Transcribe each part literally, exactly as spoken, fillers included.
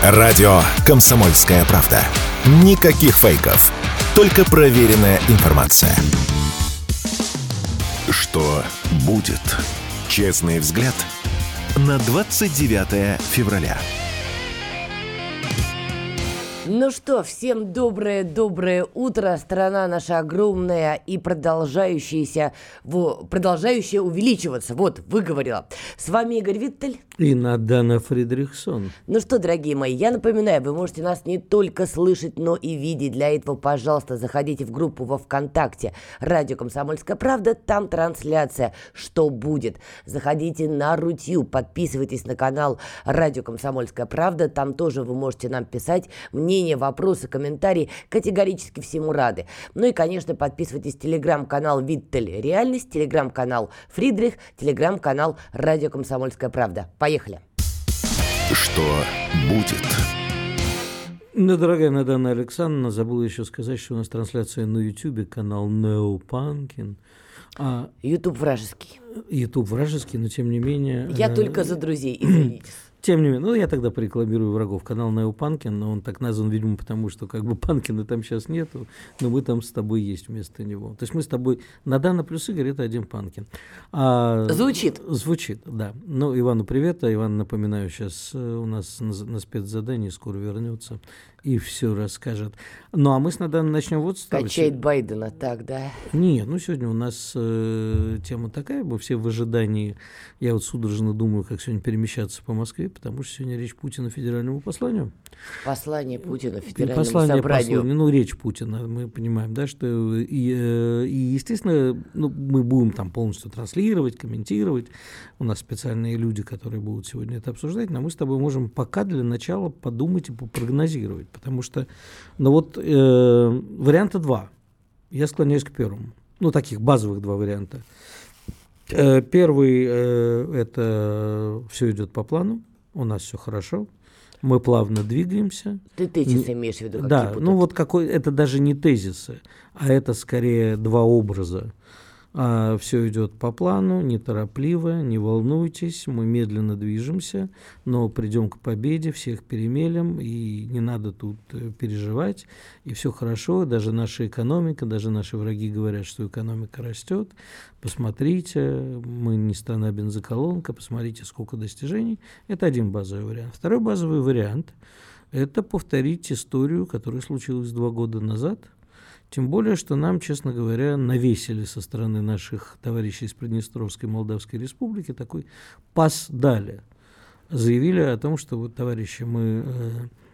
Радио «Комсомольская правда». Никаких фейков. Только проверенная информация. Что будет? Честный взгляд на двадцать девятое февраля. Ну что, всем доброе-доброе утро. Страна наша огромная и продолжающаяся, во, продолжающая увеличиваться. Вот, выговорила. С вами Игорь Виттель. И Надана Фридрихсон. Ну что, дорогие мои, я напоминаю, вы можете нас не только слышать, но и видеть. Для этого, пожалуйста, заходите в группу во ВКонтакте «Радио Комсомольская правда». Там трансляция «Что будет?». Заходите на Рутюб, подписывайтесь на канал «Радио Комсомольская правда». Там тоже вы можете нам писать мнения, вопросы, комментарии. Категорически всему рады. Ну и, конечно, подписывайтесь на телеграм-канал «Виттель Реальность», телеграм-канал «Фридрих», телеграм-канал «Радио Комсомольская правда». Поехали. Что будет? Ну, дорогая Надана Александровна, забыла еще сказать, что у нас трансляция на Ютубе, канал Неопанкин. А Ютуб вражеский. Ютуб вражеский, но тем не менее... Я э- только за друзей, извините. Тем не менее, ну я тогда порекламирую врагов. Канал Неопанкин, но он так назван, видимо, потому что как бы Панкина там сейчас нету, но мы там с тобой есть вместо него. То есть мы с тобой, Надана плюс Игорь, это один Панкин. А, звучит. Звучит, да. Ну, Ивану привет, а Иван, напоминаю, сейчас у нас на, на спецзадании скоро вернется и все расскажет. Ну, а мы с Наданой начнем вот с того. Качает Байдена, так, да? Нет, ну сегодня у нас э, тема такая, мы все в ожидании, я вот судорожно думаю, как сегодня перемещаться по Москве, потому что сегодня речь Путина федеральному посланию. Послание Путина федеральному Послание, собранию. Послание, ну, речь Путина, мы понимаем, да, что и, и естественно, ну, мы будем там полностью транслировать, комментировать, у нас специальные люди, которые будут сегодня это обсуждать, но мы с тобой можем пока для начала подумать и попрогнозировать, потому что, ну вот, э, варианта два, я склоняюсь к первому, ну, таких базовых два варианта. Э, первый, э, это все идет по плану, у нас все хорошо, мы плавно двигаемся. Ты тезисы имеешь в виду? Да, ну вот какой, это даже не тезисы, а это скорее два образа. А, все идет по плану, неторопливо, не волнуйтесь, мы медленно движемся, но придем к победе, всех перемелем, и не надо тут переживать, и все хорошо, даже наша экономика, даже наши враги говорят, что экономика растет, посмотрите, мы не страна бензоколонка, посмотрите, сколько достижений. Это один базовый вариант. Второй базовый вариант – это повторить историю, которая случилась два года назад. Тем более, что нам, честно говоря, навесили со стороны наших товарищей из Приднестровской Молдавской Республики такой пас дали. Заявили о том, что вот, товарищи, мы э,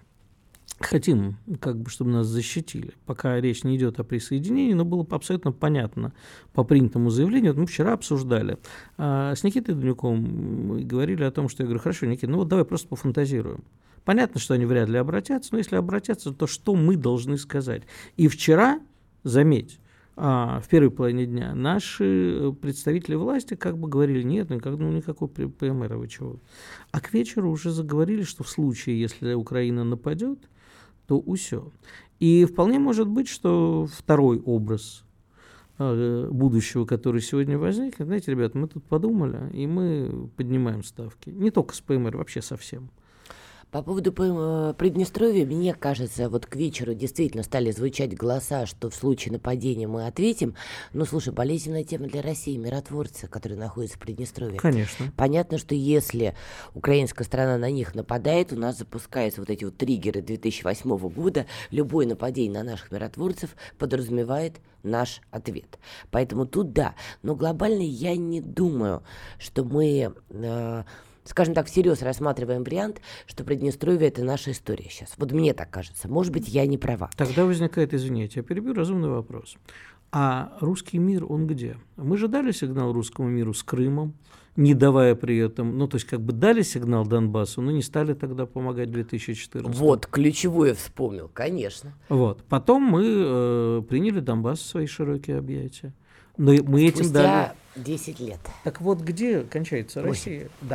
хотим, как бы, чтобы нас защитили. Пока речь не идет о присоединении, но было абсолютно понятно по принятому заявлению. Вот мы вчера обсуждали а с Никитой Данюком, говорили о том, что я говорю, хорошо, Никита, ну вот давай просто пофантазируем. Понятно, что они вряд ли обратятся, но если обратятся, то что мы должны сказать? И вчера, заметь, в первой половине дня наши представители власти как бы говорили, нет, никак, ну, никакой ПМР, вы чего. А к вечеру уже заговорили, что в случае, если Украина нападет, то усё. И вполне может быть, что второй образ будущего, который сегодня возник, знаете, ребят, мы тут подумали, и мы поднимаем ставки. Не только с ПМР, вообще совсем. По поводу Приднестровья, мне кажется, вот к вечеру действительно стали звучать голоса, что в случае нападения мы ответим. Но, слушай, болезненная тема для России, миротворцы, которые находятся в Приднестровье. Конечно. Понятно, что если украинская сторона на них нападает, у нас запускаются вот эти вот триггеры две тысячи восьмого года. Любое нападение на наших миротворцев подразумевает наш ответ. Поэтому тут да. Но глобально я не думаю, что мы... Э, скажем так, всерьез рассматриваем вариант, что Приднестровье – это наша история сейчас. Вот мне так кажется. Может быть, я не права. Тогда возникает, извините, я перебью, разумный вопрос. А русский мир, он где? Мы же дали сигнал русскому миру с Крымом, не давая при этом, ну, то есть как бы дали сигнал Донбассу, но не стали тогда помогать в две тысячи четырнадцатом. Вот, ключевое вспомнил, конечно. Вот. Потом мы э, приняли Донбасс в свои широкие объятия. Но мы Спустя этим дали... десять лет. Так вот, где кончается Россия? Да.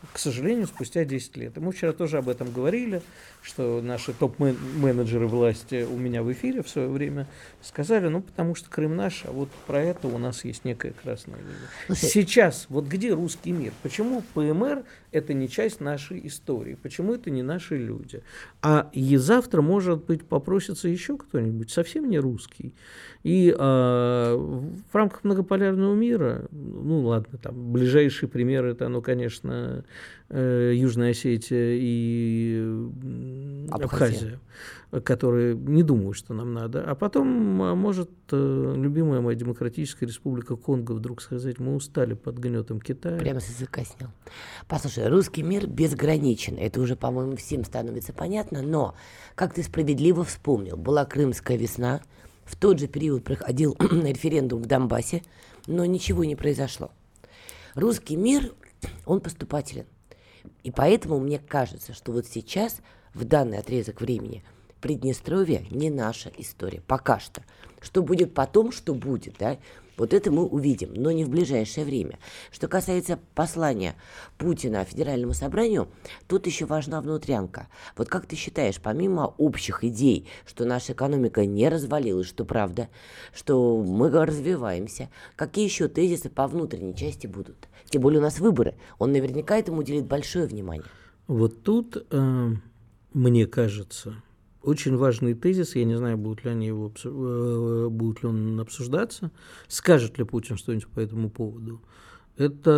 к сожалению, спустя десять лет. И мы вчера тоже об этом говорили, что наши топ-менеджеры власти у меня в эфире в свое время сказали, ну, потому что Крым наш, а вот про это у нас есть некая красная линия. Сейчас, вот где русский мир? Почему ПМР – это не часть нашей истории? Почему это не наши люди? А и завтра, может быть, попросится еще кто-нибудь, совсем не русский. И а, в рамках многополярного мира, ну, ладно, там, ближайший пример – это, ну, конечно, Южная Осетия и Абхазия, которые не думают, что нам надо. А потом может любимая моя Демократическая Республика Конго вдруг сказать, мы устали под гнетом Китая. Прямо с языка снял. Послушай, русский мир безграничен. Это уже, по-моему, всем становится понятно. Но, как ты справедливо вспомнил, была Крымская весна. В тот же период проходил референдум в Донбассе, но ничего не произошло. Русский мир, он поступателен. И поэтому мне кажется, что вот сейчас, в данный отрезок времени, Приднестровье не наша история. Пока что. Что будет потом, что будет, да? Вот это мы увидим, но не в ближайшее время. Что касается послания Путина Федеральному собранию, тут еще важна внутрянка. Вот как ты считаешь, помимо общих идей, что наша экономика не развалилась, что правда, что мы развиваемся, какие еще тезисы по внутренней части будут? Тем более у нас выборы. Он наверняка этому уделит большое внимание. Вот тут, э, мне кажется, очень важный тезис, я не знаю, будет ли, они его, будет ли он обсуждаться, скажет ли Путин что-нибудь по этому поводу. Это,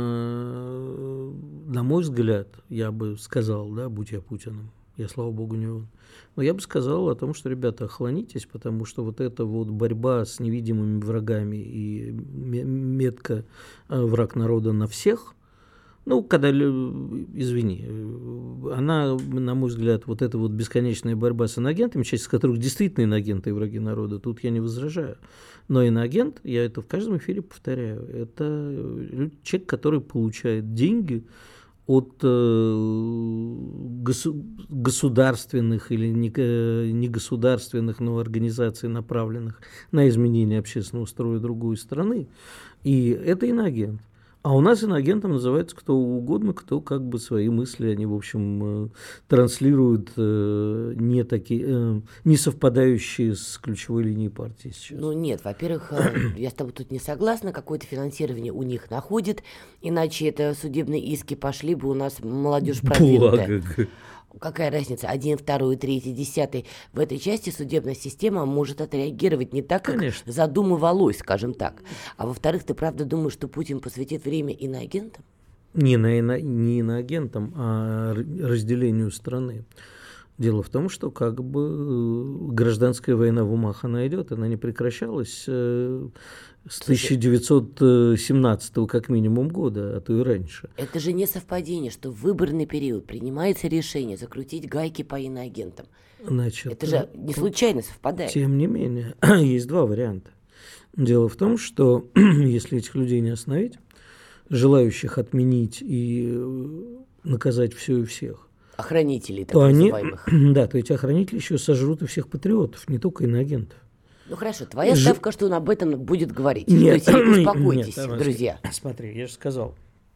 на мой взгляд, я бы сказал, да, будь я Путиным, я, слава богу, не он, но я бы сказал о том, что, ребята, охлонитесь, потому что вот эта вот борьба с невидимыми врагами и метка враг народа на всех, ну, когда, извини, она, на мой взгляд, вот эта вот бесконечная борьба с иноагентами, часть из которых действительно иноагенты и враги народа, тут я не возражаю. Но иноагент, я это в каждом эфире повторяю, это человек, который получает деньги от э, госу- государственных или негосударственных, но организаций, направленных на изменение общественного строя другой страны. И это иноагент. А у нас иноагентом называется кто угодно, кто как бы свои мысли, они, в общем, транслируют э, не, такие, э, не совпадающие с ключевой линией партии сейчас. Ну нет, во-первых, э, я с тобой тут не согласна, какое-то финансирование у них находит, иначе это судебные иски пошли бы, у нас молодежь продвинутая. Какая разница, один, второй, третий, десятый. В этой части судебная система может отреагировать не так, как Конечно. задумывалось, скажем так. А во-вторых, ты правда думаешь, что Путин посвятит время иноагентам? Не, на, не иноагентам, а разделению страны. Дело в том, что как бы гражданская война в умах, она идет, она не прекращалась э, с тысяча девятьсот семнадцатого как минимум года, а то и раньше. Это же не совпадение, что в выборный период принимается решение закрутить гайки по иноагентам. Значит, это же не случайно совпадает. Тем не менее, есть два варианта. Дело в том, что если этих людей не остановить, желающих отменить и наказать все и всех, охранителей, так то называемых. Они, да, то эти охранители еще сожрут и всех патриотов, не только иноагентов. Ну хорошо, твоя Ж... ставка, что он об этом будет говорить. Нет, то есть, успокойтесь, нет, друзья. Смотри, я же сказал,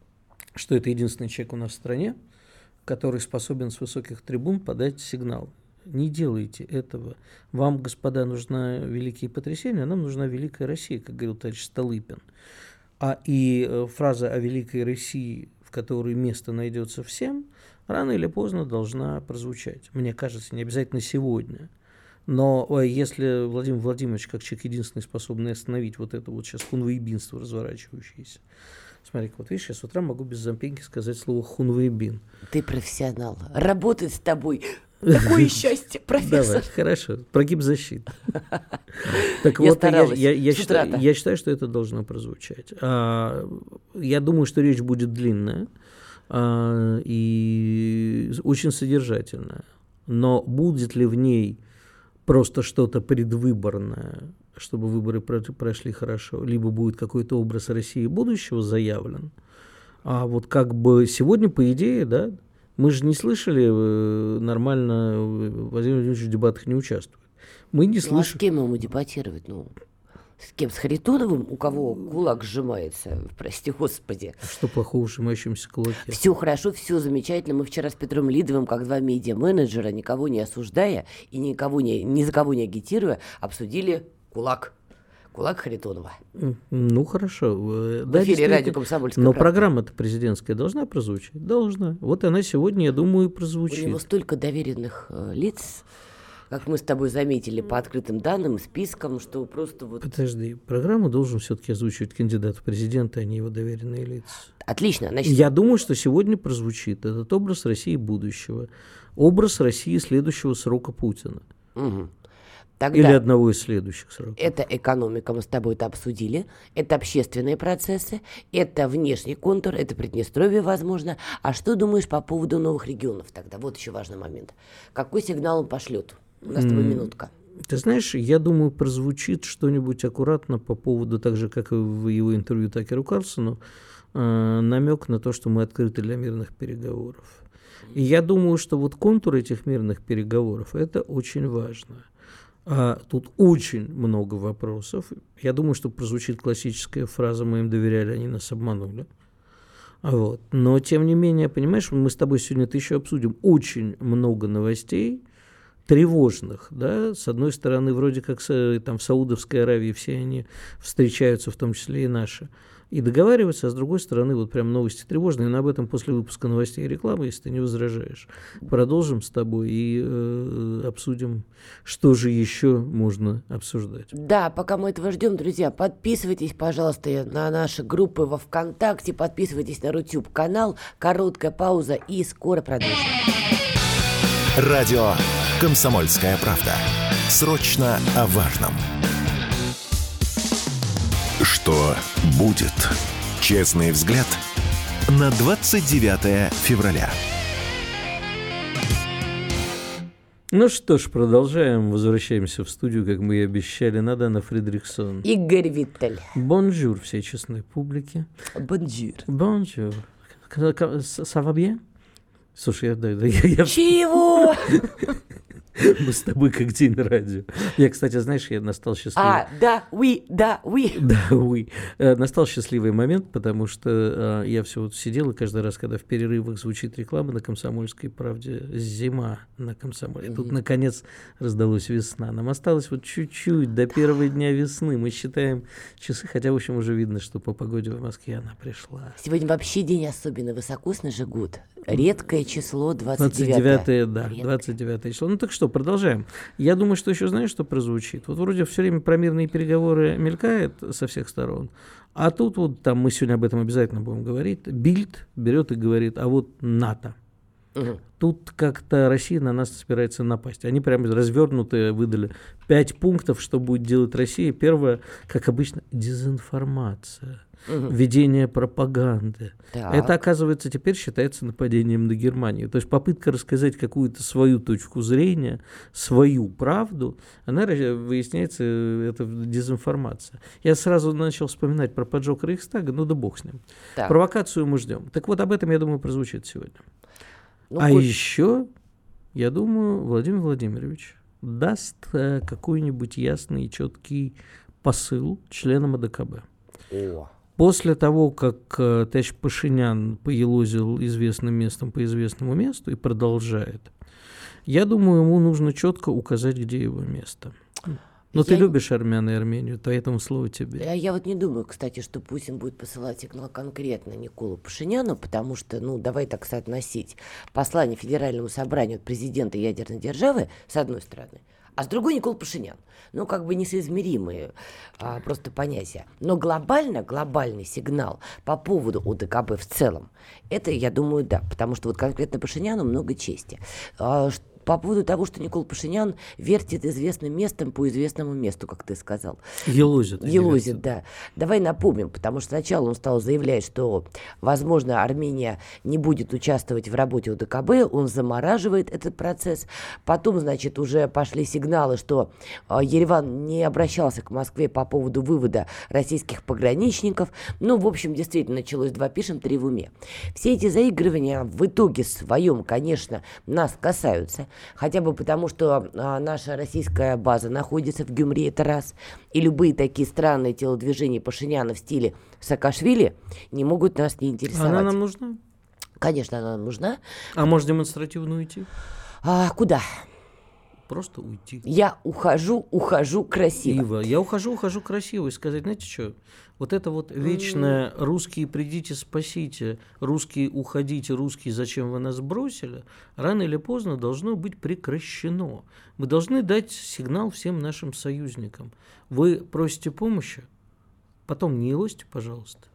что это единственный человек у нас в стране, который способен с высоких трибун подать сигнал. Не делайте этого. Вам, господа, нужна великие потрясения, а нам нужна великая Россия, как говорил товарищ Столыпин. А и э, фраза о великой России, в которой место найдется всем, рано или поздно должна прозвучать. Мне кажется, не обязательно сегодня. Но если Владимир Владимирович, как человек единственный, способный остановить вот это вот сейчас хунвейбинство разворачивающееся. Смотри, вот видишь, я с утра могу без зампинки сказать слово хунвейбин. Ты профессионал. Работать с тобой. Такое счастье, профессор. Давай, хорошо. Прогиб защиты. Так вот, я считаю, что это должно прозвучать. Я думаю, что речь будет длинная и очень содержательная. Но будет ли в ней просто что-то предвыборное, чтобы выборы прошли хорошо, либо будет какой-то образ России будущего заявлен. А вот как бы сегодня, по идее, да, мы же не слышали нормально, Владимир Владимирович в дебатах не участвует. Мы не слышали. Ну, а с кем ему дебатировать? Ну, С кем? С Харитоновым? У кого кулак сжимается? Прости господи. Что плохого в сжимающемся кулаке? Все хорошо, все замечательно. Мы вчера с Петром Лидовым, как два медиа-менеджера, никого не осуждая и никого не, ни за кого не агитируя, обсудили кулак. Кулак Харитонова. Ну, хорошо. В да, эфире радио «Комсомольская Но правда». программа-то президентская должна прозвучать? Должна. Вот она сегодня, я думаю, прозвучит. У него столько доверенных э, лиц, как мы с тобой заметили, по открытым данным, спискам, что просто вот... Подожди, программу должен все-таки озвучивать кандидат в президенты, а не его доверенные лица. Отлично. Значит... Я думаю, что сегодня прозвучит этот образ России будущего. Образ России следующего срока Путина. Угу. Тогда или одного из следующих сроков. Это экономика, мы с тобой это обсудили. Это общественные процессы, это внешний контур, это Приднестровье, возможно. А что думаешь по поводу новых регионов тогда? Вот еще важный момент. Какой сигнал он пошлет? У нас с тобой минутка. Ты знаешь, я думаю, прозвучит что-нибудь аккуратно по поводу, так же, как и в его интервью Такеру Карлсону, э, намек на то, что мы открыты для мирных переговоров. И я думаю, что вот контур этих мирных переговоров – это очень важно. А тут очень много вопросов. Я думаю, что прозвучит классическая фраза «мы им доверяли, они нас обманули». Вот. Но, тем не менее, понимаешь, мы с тобой сегодня это еще обсудим. Очень много новостей тревожных, да, с одной стороны, вроде как там в Саудовской Аравии все они встречаются, в том числе и наши, и договариваются, а с другой стороны, вот прям новости тревожные, но об этом после выпуска новостей и рекламы, если ты не возражаешь. Продолжим с тобой и э, обсудим, что же еще можно обсуждать. Да, пока мы этого ждем, друзья, подписывайтесь, пожалуйста, на наши группы во ВКонтакте, подписывайтесь на Рутюб-канал, короткая пауза и скоро продолжим. Радио «Комсомольская правда». Срочно о важном. Что будет? Честный взгляд на двадцать девятое февраля. Ну что ж, продолжаем. Возвращаемся в студию, как мы и обещали. Надана Фридрихсон. Игорь Виттель. Бонжур всей честной публике. Бонжур. Бонжур. Ça va bien? Слушай, я... Да, я, я... Чего? Мы с тобой как день радио. Я, кстати, знаешь, я настал счастливый... А, да, oui, да, oui. Да, oui. Настал счастливый момент, потому что я все вот сидел, и каждый раз, когда в перерывах звучит реклама на «Комсомольской правде», зима на «Комсомоле». Тут, наконец, раздалась весна. Нам осталось вот чуть-чуть до первого дня весны. Мы считаем часы, хотя, в общем, уже видно, что по погоде в Москве она пришла. Сегодня вообще день особенно высокосный же год. Редкое число двадцать девятое. двадцать девятое, да, Редкое. двадцать девятое число. Ну так что, продолжаем. Я думаю, что еще знаешь, что прозвучит? Вот вроде все время про мирные переговоры мелькает со всех сторон, а тут вот там мы сегодня об этом обязательно будем говорить. Бильд берет и говорит, а вот НАТО. Угу. Тут как-то Россия на нас собирается напасть. Они прямо развернутые выдали пять пунктов, что будет делать Россия. Первое, как обычно, дезинформация. Угу. Ведение пропаганды. Так. Это, оказывается, теперь считается нападением на Германию. То есть попытка рассказать какую-то свою точку зрения, свою правду, она выясняется, это дезинформация. Я сразу начал вспоминать про поджог Рейхстага, ну да бог с ним. Так. Провокацию мы ждем. Так вот, об этом, я думаю, прозвучит сегодня. Ну, а пусть... еще, я думаю, Владимир Владимирович даст э, какой-нибудь ясный и четкий посыл членам АДКБ. О. После того, как э, товарищ Пашинян поелозил известным местом по известному месту и продолжает, я думаю, ему нужно четко указать, где его место. Но я... ты любишь армян и Армению, поэтому слово тебе. Я, я вот не думаю, кстати, что Путин будет посылать сигнал конкретно Николу Пашиняну, потому что, ну, давай так соотносить послание Федеральному собранию от президента ядерной державы, с одной стороны, а с другой Никола Пашинян. Ну, как бы несоизмеримые а, просто понятия. Но глобально, глобальный сигнал по поводу ОДКБ в целом, это, я думаю, да, потому что вот конкретно Пашиняну много чести. А, по поводу того, что Никола Пашинян вертит известным местом по известному месту, как ты сказал. Елозит. Елозит, да. Давай напомним, потому что сначала он стал заявлять, что, возможно, Армения не будет участвовать в работе ОДКБ, он замораживает этот процесс. Потом, значит, уже пошли сигналы, что Ереван не обращался к Москве по поводу вывода российских пограничников. Ну, в общем, действительно, началось два пишем, три в уме. Все эти заигрывания в итоге своем, конечно, нас касаются. Хотя бы потому, что а, наша российская база находится в Гюмри, это раз. И любые такие странные телодвижения Пашиняна в стиле Саакашвили не могут нас не интересовать. Она нам нужна? Конечно, она нам нужна. А может демонстративно уйти? А куда? Просто уйти. Я ухожу, ухожу красиво. Ива, я ухожу, ухожу красиво. И сказать, знаете что, вот это вот вечное «русские, придите, спасите», «русские, уходите», «русские, зачем вы нас бросили», рано или поздно должно быть прекращено. Мы должны дать сигнал всем нашим союзникам. Вы просите помощи, потом не лозьте, пожалуйста.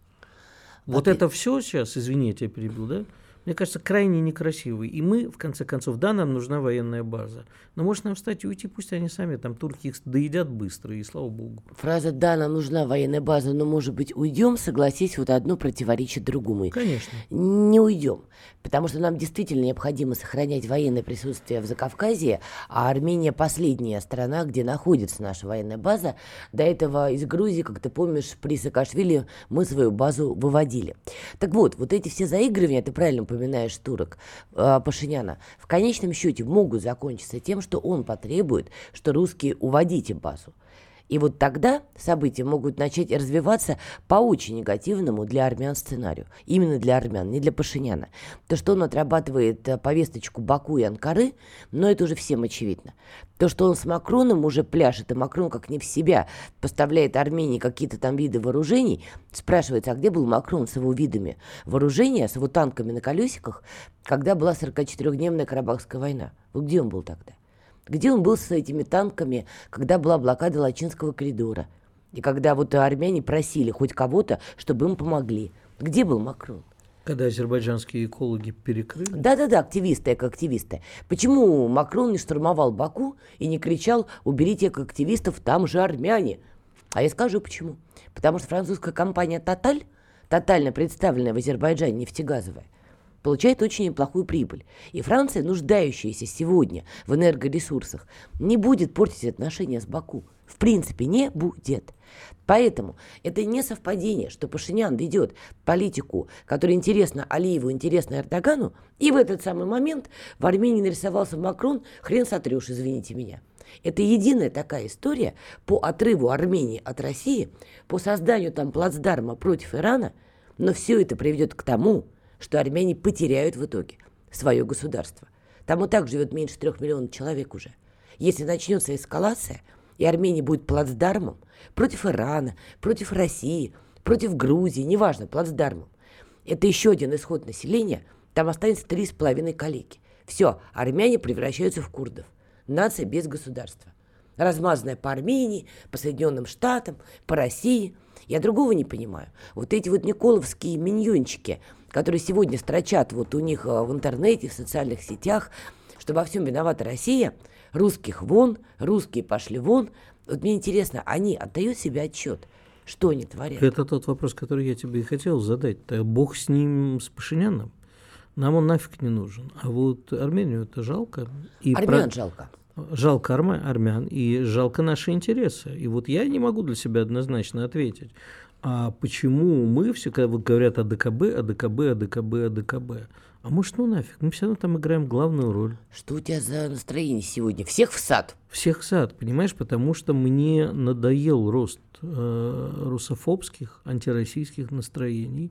Вот ты... это все сейчас, извините, я перебил, да? Мне кажется, крайне некрасивый. И мы, в конце концов, да, нам нужна военная база. Но может нам встать и уйти, пусть они сами, там, турки их доедят быстро, и слава богу. Фраза «да, нам нужна военная база, но, может быть, уйдем», согласись, вот одно противоречит другому. Конечно. Не уйдем, потому что нам действительно необходимо сохранять военное присутствие в Закавказье, а Армения последняя страна, где находится наша военная база. До этого из Грузии, как ты помнишь, при Саакашвили мы свою базу выводили. Так вот, вот эти все заигрывания, ты правильно упоминаешь турок, э, Пашиняна, в конечном счете могут закончиться тем, что он потребует, что русские уводите базу. И вот тогда события могут начать развиваться по очень негативному для армян сценарию. Именно для армян, не для Пашиняна. То, что он отрабатывает повесточку Баку и Анкары, но это уже всем очевидно. То, что он с Макроном уже пляшет, и Макрон как не в себя поставляет Армении какие-то там виды вооружений, спрашивается, а где был Макрон с его видами вооружения, с его танками на колесиках, когда была сорокачетырёхдневная Карабахская война? Вот где он был тогда? Где он был с этими танками, когда была блокада Лачинского коридора? И когда вот армяне просили хоть кого-то, чтобы им помогли. Где был Макрон? Когда азербайджанские экологи перекрыли? Да-да-да, активисты, эко-активисты. Почему Макрон не штурмовал Баку и не кричал «уберите эко-активистов, там же армяне»? А я скажу почему. Потому что французская компания «Тоталь», тотально представленная в Азербайджане нефтегазовая, получает очень неплохую прибыль. И Франция, нуждающаяся сегодня в энергоресурсах, не будет портить отношения с Баку. В принципе, не будет. Поэтому это не совпадение, что Пашинян ведет политику, которая интересна Алиеву, интересна Эрдогану, и в этот самый момент в Армении нарисовался Макрон, хрен сотрешь, извините меня. Это единая такая история по отрыву Армении от России, по созданию там плацдарма против Ирана, но все это приведет к тому, что армяне потеряют в итоге свое государство. Там и так живет меньше трех миллионов человек уже. Если начнется эскалация, и Армения будет плацдармом против Ирана, против России, против Грузии, неважно, плацдармом, это еще один исход населения, там останется три с половиной калеки. Все, армяне превращаются в курдов. Нация без государства. Размазанная по Армении, по Соединенным Штатам, по России. Я другого не понимаю. Вот эти вот николовские миньончики, которые сегодня строчат вот у них в интернете, в социальных сетях, что во всем виновата Россия, русских вон, русские пошли вон. Вот мне интересно, они отдают себе отчет, что они творят? Это тот вопрос, который я тебе и хотел задать. Бог с ним, с Пашиняном. Нам он нафиг не нужен. А вот Армению это жалко. И армян про... жалко. Жалко армя... армян и жалко наши интересы. И вот я не могу для себя однозначно ответить. А почему мы все, когда вот говорят о ДКБ, о ДКБ, о ДКБ, о ДКБ? А может, ну нафиг, мы все равно там играем главную роль. Что у тебя за настроение сегодня? Всех в сад? Всех в сад, понимаешь, потому что мне надоел рост э, русофобских, антироссийских настроений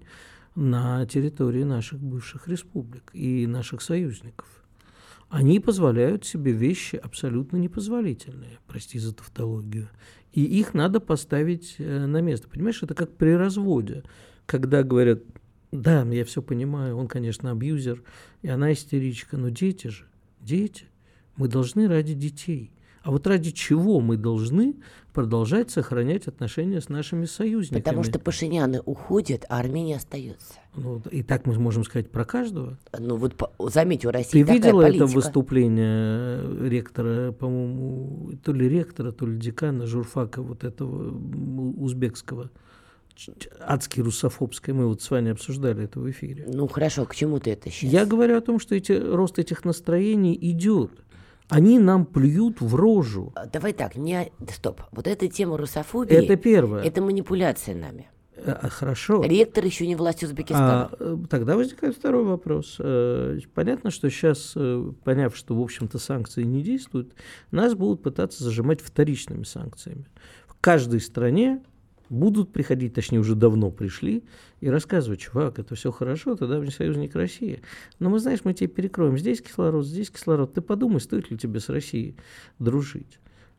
на территории наших бывших республик и наших союзников. Они позволяют себе вещи абсолютно непозволительные, прости за тавтологию, и их надо поставить э, на место. Понимаешь, это как при разводе, когда говорят: да, я все понимаю, он, конечно, абьюзер, и она истеричка, но дети же, дети, мы должны ради детей. А вот ради чего мы должны продолжать сохранять отношения с нашими союзниками? Потому что пашиняны уходят, а Армения остается. Ну, и так мы можем сказать про каждого. Ну вот заметь, у России Ты такая видела политика. это выступление ректора, по-моему, то ли ректора, то ли декана журфака вот этого узбекского? Адски русофобское. Мы вот с вами обсуждали это в эфире. Ну хорошо, к чему ты это сейчас? Я говорю о том, что эти, рост этих настроений идет. Они нам плюют в рожу. Давай так, не... Стоп. Вот эта тема русофобии... Это первое. Это манипуляция нами. А, хорошо. Ректор еще не власть Узбекистана. А, тогда возникает второй вопрос. Понятно, что сейчас, поняв, что, в общем-то, санкции не действуют, нас будут пытаться зажимать вторичными санкциями. В каждой стране будут приходить, точнее, уже давно пришли, и рассказывать: чувак, это все хорошо, ты давний союзник России. Но мы, знаешь, мы тебе перекроем здесь кислород, здесь кислород. Ты подумай, стоит ли тебе с Россией дружить.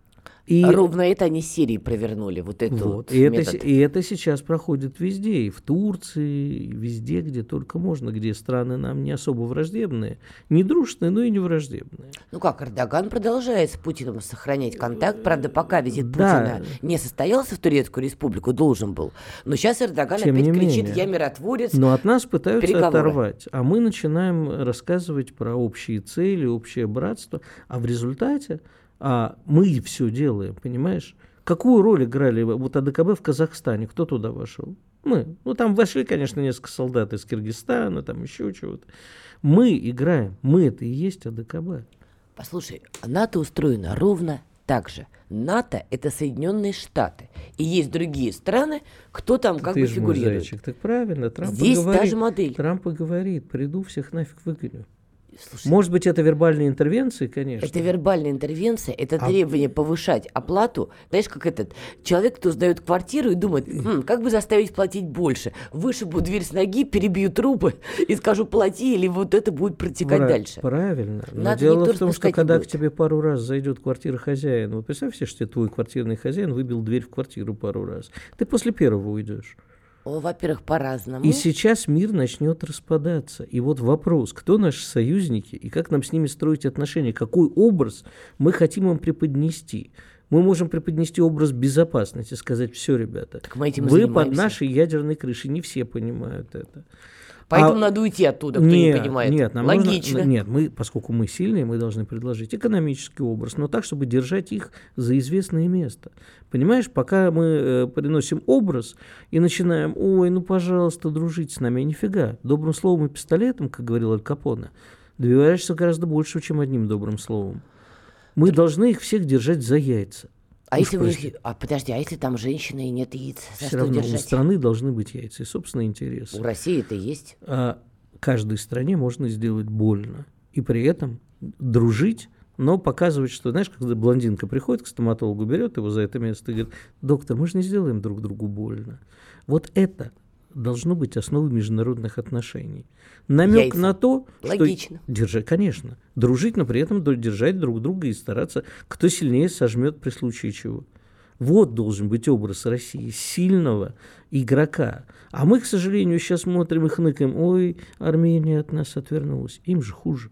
И ровно это они с Сирией провернули, вот это вот, вот и, это, и это сейчас проходит везде, и в Турции, и везде, где только можно, где страны нам не особо враждебные, не дружные, но и не враждебные. Ну как, Эрдоган продолжает с Путиным сохранять контакт, правда, пока визит да. Путина не состоялся в Турецкую республику, должен был, но сейчас Эрдоган Тем опять кричит: менее, я миротворец. Но от нас пытаются переговоры. оторвать, а мы начинаем рассказывать про общие цели, общее братство, а в результате А мы все делаем, понимаешь? Какую роль играли вот АДКБ в Казахстане? Кто туда вошел? Мы. Ну, там вошли, конечно, несколько солдат из Киргизстана, там еще чего-то. Мы играем. Мы это и есть АДКБ. Послушай, НАТО устроено ровно так же. НАТО – это Соединенные Штаты. И есть другие страны, кто там как Ты бы ж мой фигурирует. зайчик. Так правильно. Трамп Здесь говорит, та же модель. Трамп и говорит: приду, всех нафиг выгоню. Слушай, Может быть, это вербальные интервенции, конечно. это вербальная интервенция, это А- требование повышать оплату. Знаешь, как этот человек, кто сдает квартиру и думает: «Хм, как бы заставить платить больше? Вышибу дверь с ноги, перебью трубы и скажу: плати, или вот это будет протекать Пра- дальше. Правильно. Но НАТО дело никто в том, что распускать не когда будет. к тебе пару раз зайдет квартира хозяин, вот представь себе, что твой квартирный хозяин выбил дверь в квартиру пару раз. Ты после первого уйдешь. О, во-первых, по-разному. И сейчас мир начнет распадаться. И вот вопрос: кто наши союзники и как нам с ними строить отношения? Какой образ мы хотим им преподнести? Мы можем преподнести образ безопасности, сказать: все, ребята, Так мы этим и вы под занимаемся. нашей ядерной крышей. Не все понимают это. Поэтому а- надо уйти оттуда, кто нет, не понимает. Нет, нам Логично. нужно, нет, мы, поскольку мы сильные, мы должны предложить экономический образ, но так, чтобы держать их за известное место. Понимаешь, пока мы э, приносим образ и начинаем: ой, ну, пожалуйста, дружите с нами, нифига. Добрым словом и пистолетом, как говорил Аль Капоне, добиваешься гораздо больше, чем одним добрым словом. Мы должны их всех держать за яйца. А Уж если у них... прости. А подожди, а если там женщины и нет яиц? За Все что равно у держать? страны должны быть яйца и собственные интересы. У России это есть. А каждой стране можно сделать больно. И при этом дружить, но показывать, что, знаешь, когда блондинка приходит к стоматологу, берет его за это место и говорит: доктор, мы же не сделаем друг другу больно. Вот это должно быть основой международных отношений. Намек Яйца. на то, Логично. что держать, конечно, дружить, но при этом держать друг друга и стараться, кто сильнее сожмет при случае чего. Вот должен быть образ России, сильного игрока. А мы, к сожалению, сейчас смотрим и хныкаем: ой, Армения от нас отвернулась. Им же хуже.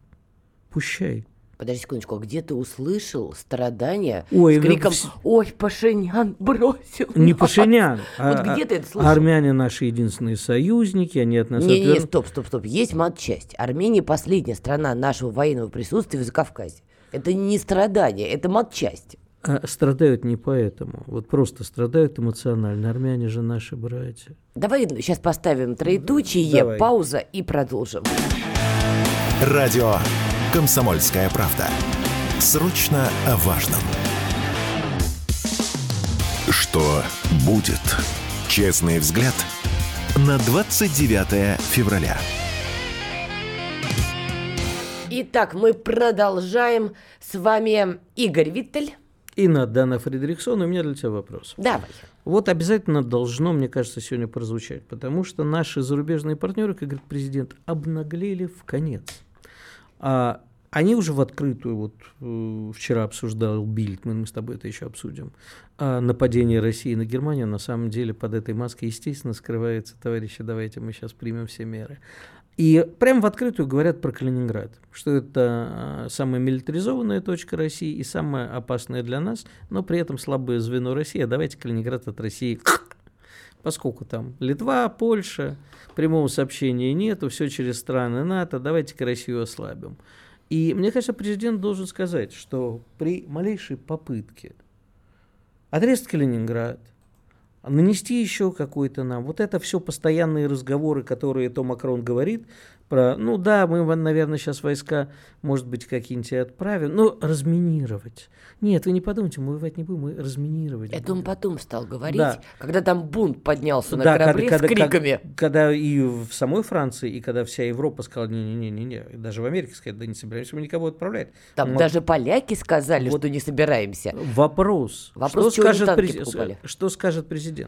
Пущай. Подожди секундочку, а где ты услышал страдания Ой, с криком: ну, ой, Пашинян бросил Не нас». Пашинян, Вот а, где ты это слышал? армяне наши единственные союзники, они от нас Не-не-не, отвернулись. стоп, стоп, стоп. Есть матчасть. Армения последняя страна нашего военного присутствия в Закавказье. Это не страдание, это матчасть. А страдают не поэтому, вот просто страдают эмоционально. Армяне же наши братья. Давай сейчас поставим троеточие, Давай. пауза и продолжим. Радио «Комсомольская правда». Срочно о важном. Что будет? Честный взгляд на двадцать девятое февраля. Итак, мы продолжаем. С вами Игорь Виттель. И Дана Фридрихсон, у меня для тебя вопрос. Давай. Вот обязательно должно, мне кажется, сегодня прозвучать, потому что наши зарубежные партнеры, как говорит президент, обнаглели в конец. А они уже в открытую, вот э, вчера обсуждал Бильдман, мы с тобой это еще обсудим, а нападение России на Германию, на самом деле под этой маской, естественно, скрывается: товарищи, давайте мы сейчас примем все меры. И прямо в открытую говорят про Калининград, что это самая милитаризованная точка России и самая опасная для нас, но при этом слабое звено России. А давайте Калининград от России, поскольку там Литва, Польша, прямого сообщения нету, все через страны НАТО, давайте-ка Россию ослабим. И мне кажется, президент должен сказать, что при малейшей попытке отрезать Калининград, нанести еще какой-то нам, вот это все постоянные разговоры, которые то Макрон говорит про, ну да, мы, наверное, сейчас войска, может быть, какие-нибудь и отправим, но разминировать. Нет, вы не подумайте, мы воевать не будем, мы разминировать Это будем. он потом стал говорить, Да. когда там бунт поднялся на Да, корабле когда, с криками. Когда, когда и в самой Франции, и когда вся Европа сказала, не-не-не, даже в Америке сказали, да не собираемся мы никого отправлять. Там Вот. даже поляки сказали, Вот. что не собираемся. Вопрос. Вопрос, что, чего они скажет танки през- покупали? что скажет президент?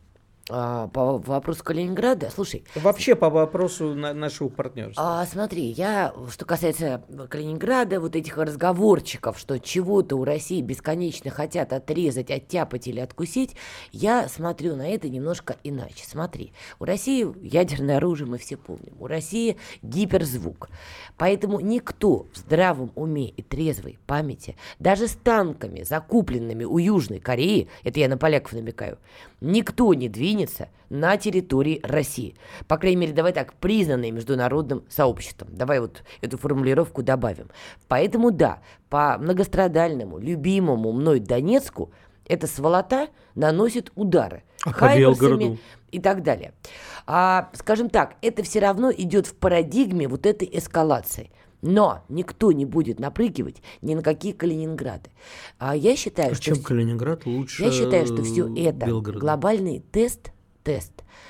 А, по вопросу Калининграда, слушай, Вообще по вопросу на- нашего партнерства. а, смотри, я, что касается Калининграда, вот этих разговорчиков, что чего-то у России бесконечно хотят отрезать, оттяпать или откусить, я смотрю на это немножко иначе. Смотри, у России ядерное оружие, мы все помним, у России гиперзвук, поэтому никто в здравом уме и трезвой памяти, даже с танками, закупленными у Южной Кореи, это я на поляков намекаю, никто не двинется на территории России. По крайней мере, давай так, признанные международным сообществом. Давай вот эту формулировку добавим. Поэтому да, по многострадальному, любимому мной Донецку эта сволота наносит удары. А по Белгороду? И так далее. А, скажем так, это все равно идет в парадигме вот этой эскалации. Но никто не будет напрыгивать ни на какие Калининграды. А я считаю, А что... чем Калининград лучше Я считаю, что все это Белгорода? глобальный тест, тест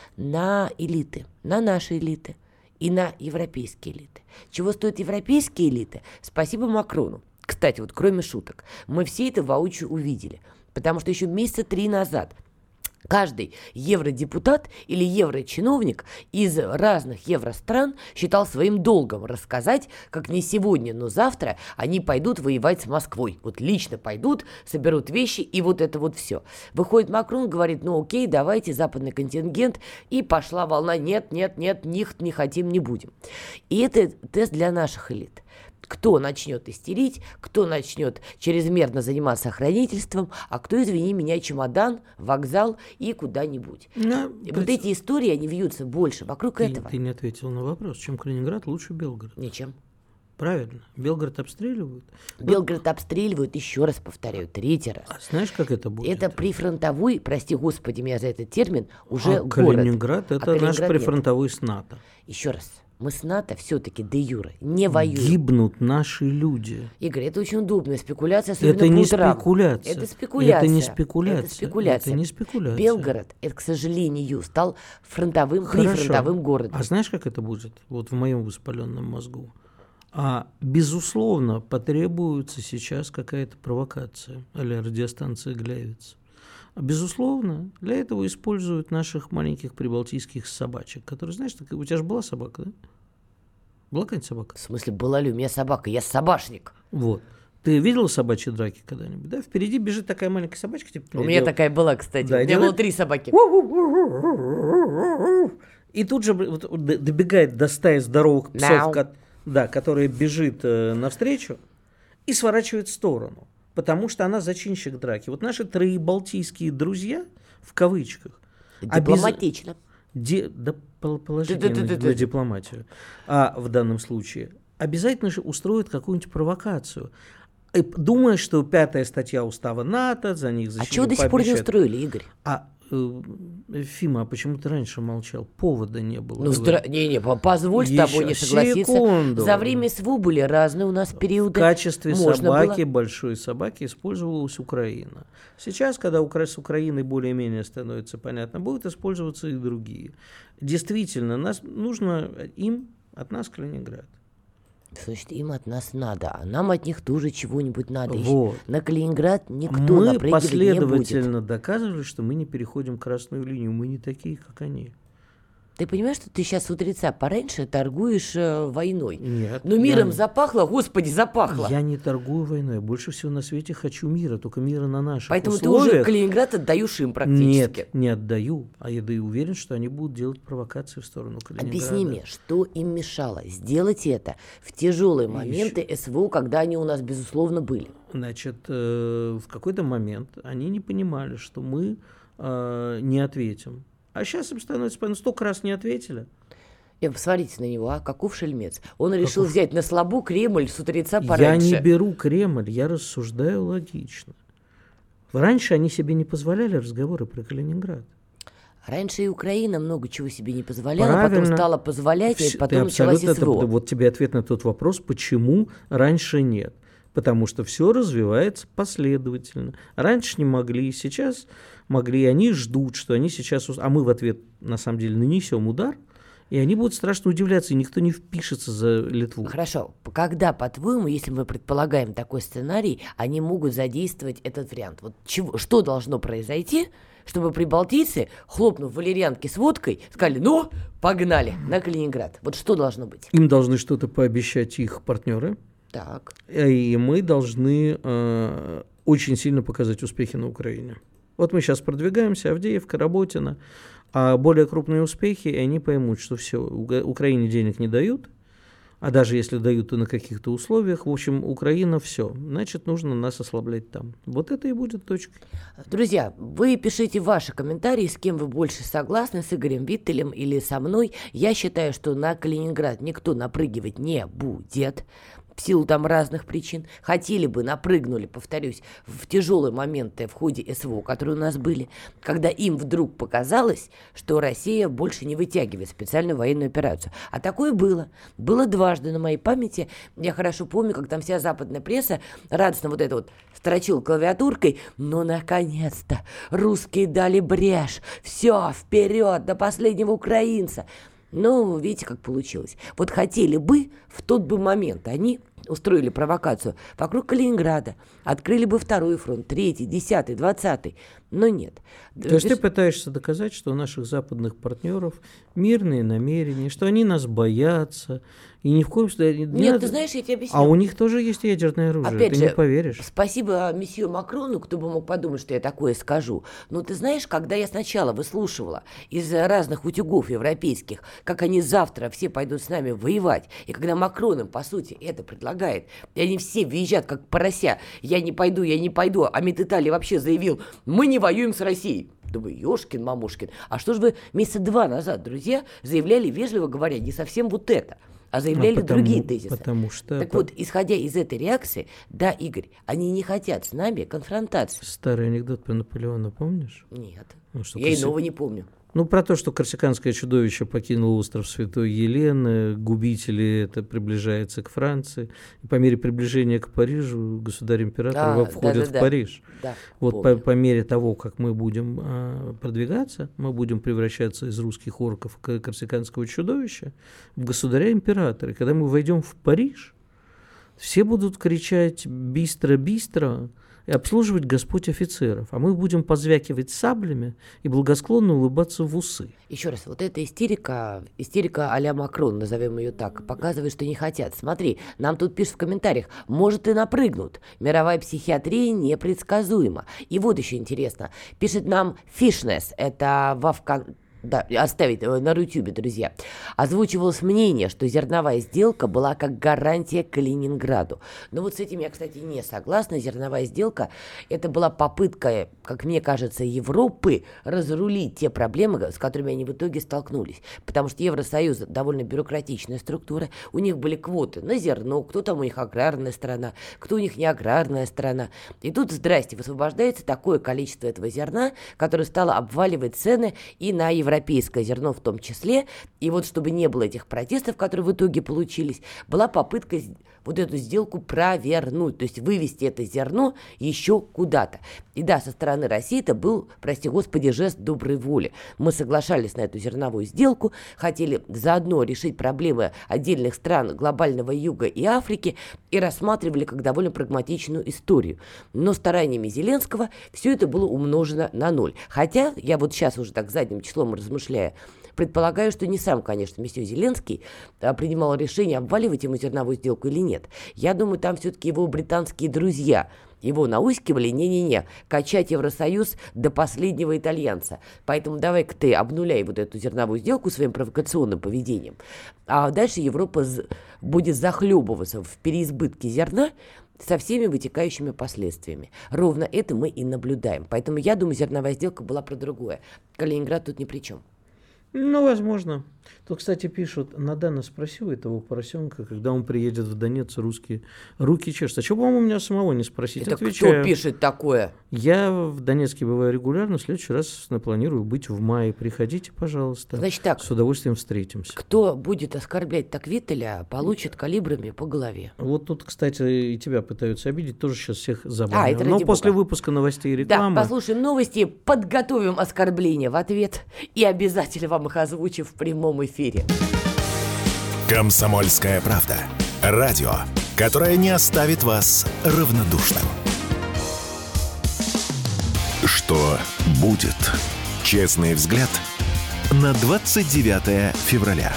на элиты, на наши элиты и на европейские элиты. Чего стоят европейские элиты? Спасибо Макрону. Кстати, вот кроме шуток, мы все это воочию увидели. Потому что еще месяца три назад каждый евродепутат или еврочиновник из разных евростран считал своим долгом рассказать, как не сегодня, но завтра они пойдут воевать с Москвой. Вот лично пойдут, соберут вещи и вот это вот все. Выходит Макрон, говорит, ну окей, давайте западный контингент, и пошла волна, нет, нет, нет, них не хотим, не будем. И это тест для наших элит. Кто начнет истерить, кто начнет чрезмерно заниматься охранительством, а кто, извини меня, чемодан, вокзал и куда-нибудь. Да, И вот эти истории, они вьются больше вокруг ты, этого. ты не ответил на вопрос, чем Калининград лучше Белгород. Ничем. Правильно. Белгород обстреливают. Белгород обстреливают, еще раз повторяю, третий раз. А знаешь, как это будет? Это прифронтовой, прости господи меня за этот термин, уже а город. Калининград – это А Калининград наш нет. прифронтовой с НАТО. Еще раз. Мы с НАТО все-таки де юре не воюем. Гибнут наши люди. Игорь, это очень удобная спекуляция, особенно Это по не утрам. спекуляция. Это спекуляция. Это не спекуляция. Это спекуляция. Это не спекуляция. Белгород, это, к сожалению, стал фронтовым, Хорошо. прифронтовым городом. А знаешь, как это будет? Вот в моем воспаленном мозгу. А, безусловно, потребуется сейчас какая-то провокация, а-ля радиостанция Глявец. А, безусловно, для этого используют наших маленьких прибалтийских собачек, которые, знаешь, так, у тебя же была собака, да? Была какая-нибудь собака? В смысле, была ли у меня собака? Я собашник. Вот. Ты видела собачьи драки когда-нибудь? Да, впереди бежит такая маленькая собачка. Типа, У меня дел- такая была, кстати. Да, у меня делает- было три собаки. И тут же вот, д- добегает до стаи здоровых псов, Мяу. ко- да, которая бежит э, навстречу и сворачивает в сторону, потому что она зачинщик драки. Вот наши троебалтийские друзья, в кавычках, обяз- Дипломатично. Де- да пол- положи Ты- ты- мне ты- на, ты- на ты. дипломатию. А в данном случае обязательно же устроит какую-нибудь провокацию. И думая, что пятая статья устава НАТО, за них А защиту чего до сих пор не пообещают. устроили, Игорь? А, э, Фима, а почему ты раньше молчал? Повода не было. Ну, здра... не-не, по- позволь с Еще тобой не согласиться. секунду. За время СВО были разные у нас В периоды. качестве Можно собаки, было. большой собаки, использовалась Украина. Сейчас, когда Укра- с Украиной более-менее становится понятно, будут использоваться и другие. Действительно, нас нужно им от нас Калининград. Значит, им от нас надо, а нам от них тоже чего-нибудь надо. Вот. На Калининград никто Мы напрыгивать не будет. последовательно доказывали, что мы не переходим красную линию, мы не такие, как они. Ты понимаешь, что ты сейчас с утреца пораньше торгуешь э, войной? Нет. Ну, миром я- запахло, господи, запахло. Я не торгую войной, я больше всего на свете хочу мира, только мира на наших Поэтому условиях. ты уже Калининград отдаешь им практически. Нет, не отдаю, а я да и уверен, что они будут делать провокации в сторону Калининграда. Объясни мне, что им мешало сделать это в тяжелые моменты СВО, когда они у нас, безусловно, были? Значит, э, в какой-то момент они не понимали, что мы э, не ответим. А сейчас им становится понятно, столько раз не ответили. И посмотрите на него, а, каков шельмец. Он решил взять на слабу Кремль с утреца Я пораньше. не беру Кремль, я рассуждаю логично. Раньше они себе не позволяли разговоры про Калининград. Раньше и Украина много чего себе не позволяла, Правильно. потом стала позволять, и потом Ты началась абсолютно, СВО. это, вот тебе ответ на тот вопрос, почему раньше нет. Потому что все развивается последовательно. Раньше не могли, сейчас могли, они ждут, что они сейчас... А мы в ответ, на самом деле, нанесем удар, и они будут страшно удивляться, и никто не впишется за Литву. Хорошо. Когда, по-твоему, если мы предполагаем такой сценарий, они могут задействовать этот вариант? Вот чего, что должно произойти, чтобы прибалтийцы, хлопнув валерьянки с водкой, сказали, ну, погнали на Калининград? Вот что должно быть? Им должны что-то пообещать их партнеры, Так. и мы должны э, очень сильно показать успехи на Украине. Вот мы сейчас продвигаемся, Авдеевка, Работино, а более крупные успехи, и они поймут, что все, Украине денег не дают, а даже если дают, то на каких-то условиях. В общем, Украина все. Значит, нужно нас ослаблять там. Вот это и будет точкой. Друзья, вы пишите ваши комментарии, с кем вы больше согласны, с Игорем Виттелем или со мной. Я считаю, что на Калининград никто напрыгивать не будет. В силу там разных причин. Хотели бы, напрыгнули, повторюсь, в тяжелые моменты в ходе СВО, которые у нас были, когда им вдруг показалось, что Россия больше не вытягивает специальную военную операцию. А такое было. Было дважды на моей памяти. Я хорошо помню, как там вся западная пресса радостно вот это вот строчила клавиатуркой. Ну, наконец-то, русские дали брешь. Все, вперед, до последнего украинца. Но видите, как получилось. Вот хотели бы, в тот бы момент они устроили провокацию вокруг Калининграда, открыли бы второй фронт, третий, десятый, двадцатый, но нет. То есть ты пытаешься доказать, что у наших западных партнеров мирные намерения, что они нас боятся, и ни в коем случае... Не Нет, надо... ты знаешь, я тебе объясню. А у них тоже есть ядерное оружие, Опять ты же, не поверишь. Спасибо месье Макрону, кто бы мог подумать, что я такое скажу. Но ты знаешь, когда я сначала выслушивала из разных утюгов европейских, как они завтра все пойдут с нами воевать, и когда Макрон им, по сути, это предлагает, и они все визжат, как порося, я не пойду, я не пойду, а МИД Италии вообще заявил, мы не воюем с Россией. Думаю, ёшкин, мамушкин, а что же вы месяца два назад, друзья, заявляли, вежливо говоря, не совсем вот это, а заявляли а потому, другие тезисы. Потому что... Так вот, исходя из этой реакции, да, Игорь, они не хотят с нами конфронтации. Старый анекдот про Наполеона, помнишь? Нет, Ну, что я Корси- иного не помню. Ну, про то, что корсиканское чудовище покинуло остров Святой Елены, губители это приближается к Франции. И по мере приближения к Парижу государь-император А, входит да-да-да. в Париж. Да, Вот по, по мере того, как мы будем а, продвигаться, мы будем превращаться из русских орков к корсиканского чудовища в государя-императора. И когда мы войдем в Париж, все будут кричать «бистро-бистро», и обслуживать Господь офицеров, а мы будем позвякивать саблями и благосклонно улыбаться в усы. Еще раз, вот эта истерика, истерика а-ля Макрон, назовем ее так, показывает, что не хотят. Смотри, нам тут пишут в комментариях, может и напрыгнут. Мировая психиатрия непредсказуема. И вот еще интересно, пишет нам Фишнес, это во ВКонтакте. Да, оставить на Рутюбе, друзья. Озвучивалось мнение, что зерновая сделка была как гарантия Калининграду. Но вот с этим я, кстати, не согласна. Зерновая сделка – это была попытка, как мне кажется, Европы разрулить те проблемы, с которыми они в итоге столкнулись. Потому что Евросоюз довольно бюрократичная структура. У них были квоты на зерно, кто там у них аграрная страна, кто у них не аграрная страна. И тут, здрасте, высвобождается такое количество этого зерна, которое стало обваливать цены и на европейские европейское зерно в том числе, и вот чтобы не было этих протестов, которые в итоге получились, была попытка вот эту сделку провернуть, то есть вывести это зерно еще куда-то. И да, со стороны России это был, прости господи, жест доброй воли. Мы соглашались на эту зерновую сделку, хотели заодно решить проблемы отдельных стран глобального юга и Африки и рассматривали как довольно прагматичную историю. Но стараниями Зеленского все это было умножено на ноль. Хотя, я вот сейчас уже так задним числом размышляя, предполагаю, что не сам, конечно, месье Зеленский а, принимал решение, обваливать ему зерновую сделку или нет. Я думаю, там все-таки его британские друзья его наускивали, не-не-не, качать Евросоюз до последнего итальянца. Поэтому давай-ка ты обнуляй вот эту зерновую сделку своим провокационным поведением. А дальше Европа з- будет захлебываться в переизбытке зерна со всеми вытекающими последствиями. Ровно это мы и наблюдаем. Поэтому я думаю, зерновая сделка была про другое. Калининград тут ни при чем. Ну, возможно. Тут, кстати, пишут, Надана, спроси у этого поросенка, когда он приедет в Донец, русские руки чешутся. А чего, по-моему, у меня самого не спросить? Это Отвечаю. кто пишет такое? Я в Донецке бываю регулярно, в следующий раз планирую быть в мае. Приходите, пожалуйста. Значит так. С удовольствием встретимся. Кто будет оскорблять так Виттеля, получит калибрами по голове. Вот тут, кстати, и тебя пытаются обидеть, тоже сейчас всех забаню. А, это Но ради после бога. выпуска новостей и рекламы... Да, послушаем новости, подготовим оскорбления в ответ и обязательно вам их озвучим в прямом эфире. «Комсомольская правда». Радио, которое не оставит вас равнодушным. Что будет? Честный взгляд на двадцать девятое февраля.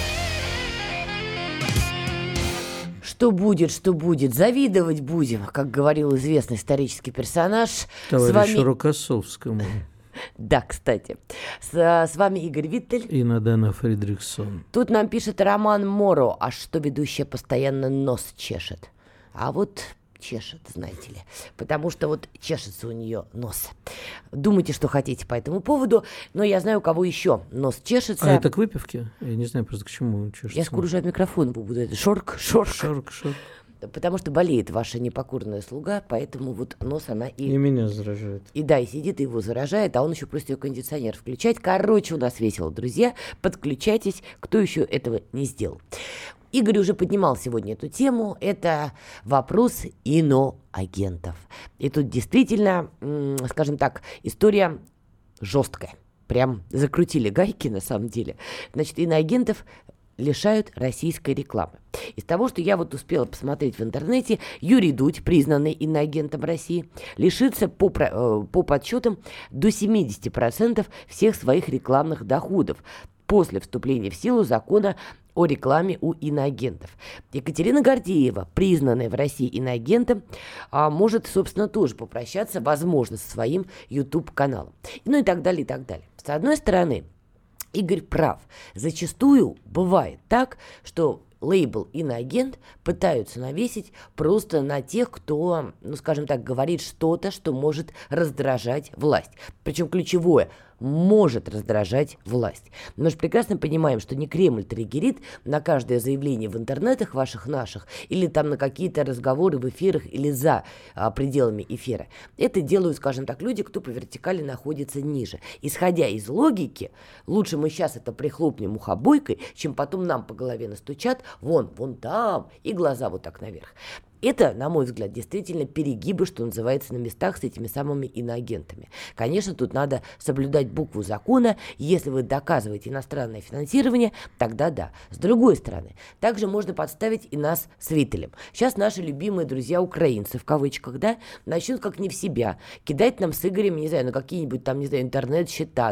Что будет, что будет, завидовать будем, как говорил известный исторический персонаж. Товарищу С вами... Рокоссовскому. Да, кстати. С, с вами Игорь Виттель. И Надана Фридрихсон. Тут нам пишет Роман Моро, а что ведущая постоянно нос чешет. А вот чешет, знаете ли. Потому что вот чешется у нее нос. Думайте, что хотите по этому поводу, но я знаю, у кого еще нос чешется. А это к выпивке? Я не знаю просто, к чему чешется. Я скоро уже от микрофона буду. Это шорк, шорк. Шорк, шорк. Потому что болеет ваша непокорная слуга, поэтому вот нос она и... И меня заражает. И да, и сидит, и его заражает, а он еще просит ее кондиционер включать. Короче, у нас весело, друзья. Подключайтесь, кто еще этого не сделал. Игорь уже поднимал сегодня эту тему. Это вопрос иноагентов. И тут действительно, скажем так, история жесткая. Прям закрутили гайки на самом деле. Значит, иноагентов лишают российской рекламы. Из того, что я вот успела посмотреть в интернете, Юрий Дудь, признанный иноагентом России, лишится по, по подсчетам до семьдесят процентов всех своих рекламных доходов после вступления в силу закона о рекламе у иноагентов. Екатерина Гордеева, признанная в России иноагентом, может, собственно, тоже попрощаться, возможно, со своим YouTube-каналом. Ну и так далее, и так далее. С одной стороны, Игорь прав. Зачастую бывает так, что лейбл иноагент пытаются навесить просто на тех, кто, ну, скажем так, говорит что-то, что может раздражать власть. Причем ключевое – может раздражать власть. Мы же прекрасно понимаем, что не Кремль триггерит на каждое заявление в интернетах ваших, наших, или там на какие-то разговоры в эфирах или за а, пределами эфира. Это делают, скажем так, люди, кто по вертикали находится ниже. Исходя из логики, лучше мы сейчас это прихлопнем мухобойкой, чем потом нам по голове настучат вон, вон там, и глаза вот так наверх. Это, на мой взгляд, действительно перегибы, что называется, на местах с этими самыми иноагентами. Конечно, тут надо соблюдать букву закона. Если вы доказываете иностранное финансирование, тогда да. С другой стороны, также можно подставить и нас с Виттелем. Сейчас наши любимые друзья украинцы, в кавычках, да, начнут как не в себя кидать нам с Игорем, не знаю, на какие-нибудь там, не знаю, интернет-счета, э,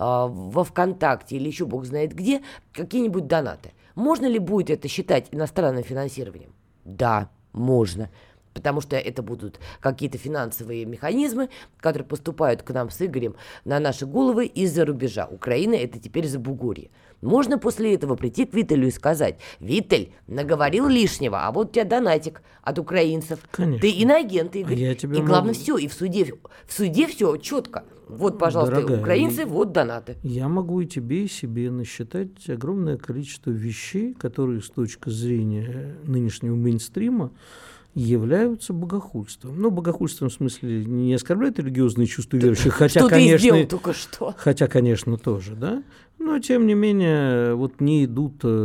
во ВКонтакте или еще бог знает где, какие-нибудь донаты. Можно ли будет это считать иностранным финансированием? Да. Можно, потому что это будут какие-то финансовые механизмы, которые поступают к нам с Игорем на наши головы из-за рубежа. Украина – это теперь Забугорье. Можно после этого прийти к Виттелю и сказать: Виттель, наговорил лишнего, а вот у тебя донатик от украинцев. Конечно. Ты иноагент, Игорь. А я тебе и главное, могу... все, и в суде, в суде все четко. Вот, пожалуйста, Дорогая, украинцы, вот донаты. Я могу и тебе, и себе насчитать огромное количество вещей, которые с точки зрения нынешнего мейнстрима являются богохульством. Ну, богохульством в смысле не оскорбляют религиозные чувства верующих, хотя, что конечно, ты сделал только что. Хотя, конечно, тоже, да. Но, тем не менее, вот не идут э,